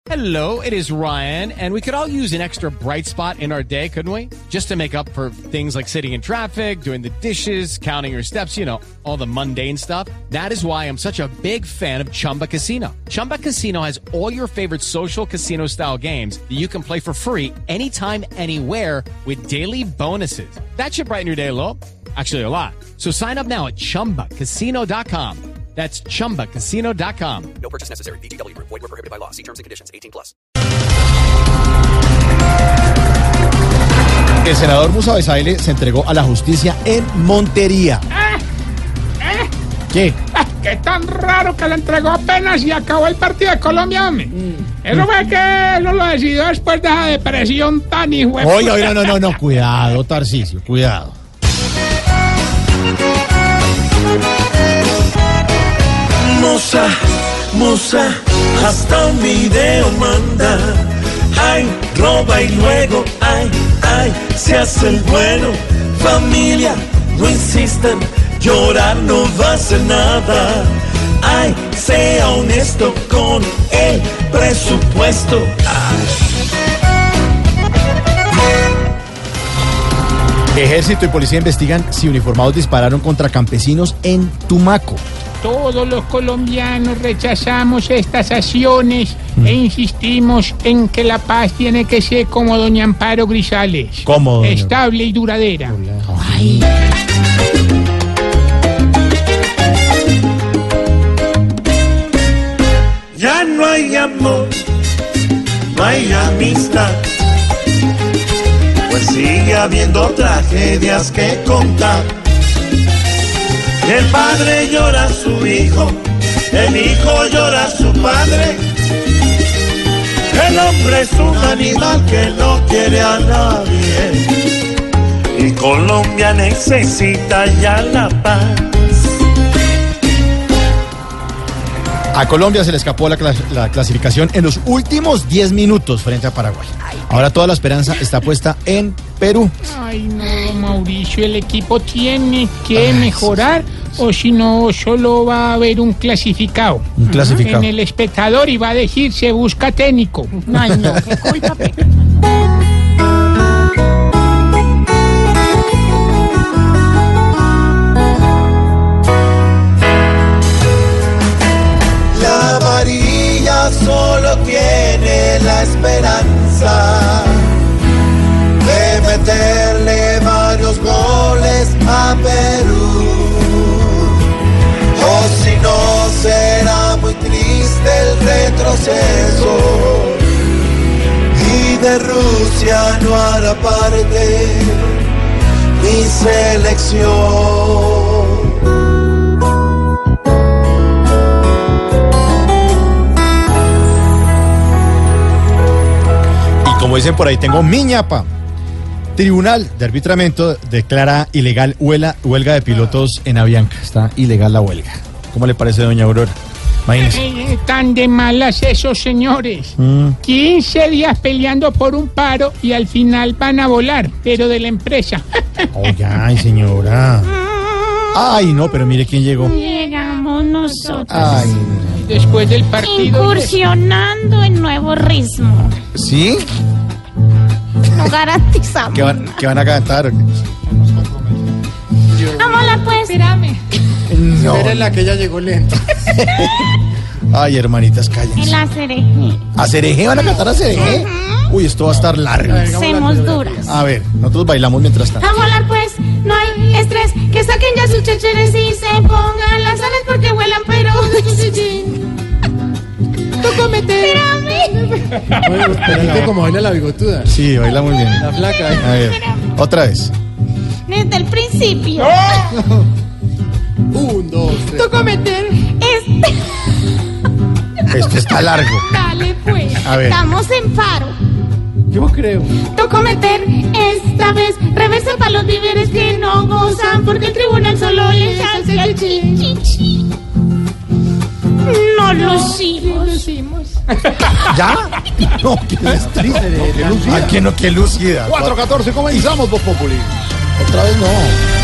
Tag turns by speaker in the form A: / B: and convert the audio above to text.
A: Hello, it is Ryan, and we could all use an extra bright spot in our day, couldn't we? Just to make up for things like sitting in traffic, doing the dishes, counting your steps, you know, all the mundane stuff. That is why I'm such a big fan of Chumba Casino. Chumba Casino has all your favorite social casino-style games that you can play for free anytime, anywhere with daily bonuses. That should brighten your day a little. Actually, a lot. So sign up now at ChumbaCasino.com. That's ChumbaCasino.com.
B: No purchase necessary. VGW Group. Void where prohibited by law. See terms and conditions. 18+.
C: El senador Musa Besaile se entregó a la justicia en Montería. ¿Qué?
D: Qué tan raro que le entregó apenas y acabó el partido de Colombia, hombre. Eso fue que él lo decidió después de esa depresión tan hijueputa.
C: Oiga, no, cuidado, Tarcisio, cuidado.
E: Musa, hasta un video manda. Ay, roba y luego, ay, se hace el bueno. Familia, no insistan, llorar no va a hacer nada. Ay, sea honesto con el presupuesto.
C: Ejército y policía investigan si uniformados dispararon contra campesinos en Tumaco.
D: Todos los colombianos rechazamos estas acciones e insistimos en que la paz tiene que ser como doña Amparo Grisales.
C: ¿Cómo, doña?
D: Estable y duradera.
C: Ay.
E: Ya no hay amor, no hay amistad, pues sigue habiendo tragedias que contar. El padre llora a su hijo, el hijo llora a su padre. El hombre es un animal que no quiere a nadie. Y Colombia necesita ya la paz.
C: A Colombia se le escapó la clasificación en los últimos 10 minutos frente a Paraguay. Ahora toda la esperanza está puesta en Perú.
D: Ay, no, Mauricio, el equipo tiene que mejorar, o si no, solo va a haber un clasificado.
C: Un clasificado.
D: En El Espectador y va a decir, se busca técnico.
F: Ay, no, qué culpa.
E: La amarilla solo tiene la esperanza de meterle varios goles a Perú. O si no, será muy triste el retroceso y de Rusia no hará parte mi selección.
C: Como dicen por ahí, tengo mi ñapa. Tribunal de Arbitramiento declara ilegal huelga de pilotos en Avianca. Está ilegal la huelga. ¿Cómo le parece, doña Aurora? Imagínese.
D: Tan de malas esos señores. 15 días peleando por un paro y al final van a volar, pero de la empresa.
C: Oiga, ay, señora. Ay, no, pero mire quién llegó.
F: Llegamos nosotros.
C: Ay,
D: Después del partido.
F: Incursionando en nuevo ritmo.
C: ¿sí?
F: No garantizamos.
C: ¿Qué van a cantar?
F: Vámonos pues. Espérame.
C: No.
G: Espérenla que ella llegó lento.
C: Ay, hermanitas, cállense.
F: El acereje.
C: ¿A Cereje van a cantar a Cereje? Uy, esto va a estar largo.
F: Hacemos duras.
C: A ver, nosotros bailamos mientras tanto.
F: A volar pues, no hay estrés. Que saquen ya sus checheres y se pongan las alas porque vuelan, pero... Toco meter.
G: Bueno, espérate como baila la bigotuda.
C: Sí, baila muy bien.
G: La flaca.
C: A ver, otra vez.
F: Desde el principio.
G: 1, 2, 3.
F: Toco meter.
C: Esto está largo.
F: Dale pues.
C: A ver.
F: Estamos en paro.
G: Yo creo.
F: Toco meter esta vez. Reversa para los víveres que no gozan porque el tribunal solo les hace el chin. No lucimos.
C: ¿Ya? No, qué triste. ¿A quién no? Qué lúcida.
G: 4:14, comenzamos, Voz Populi.
C: Otra vez no.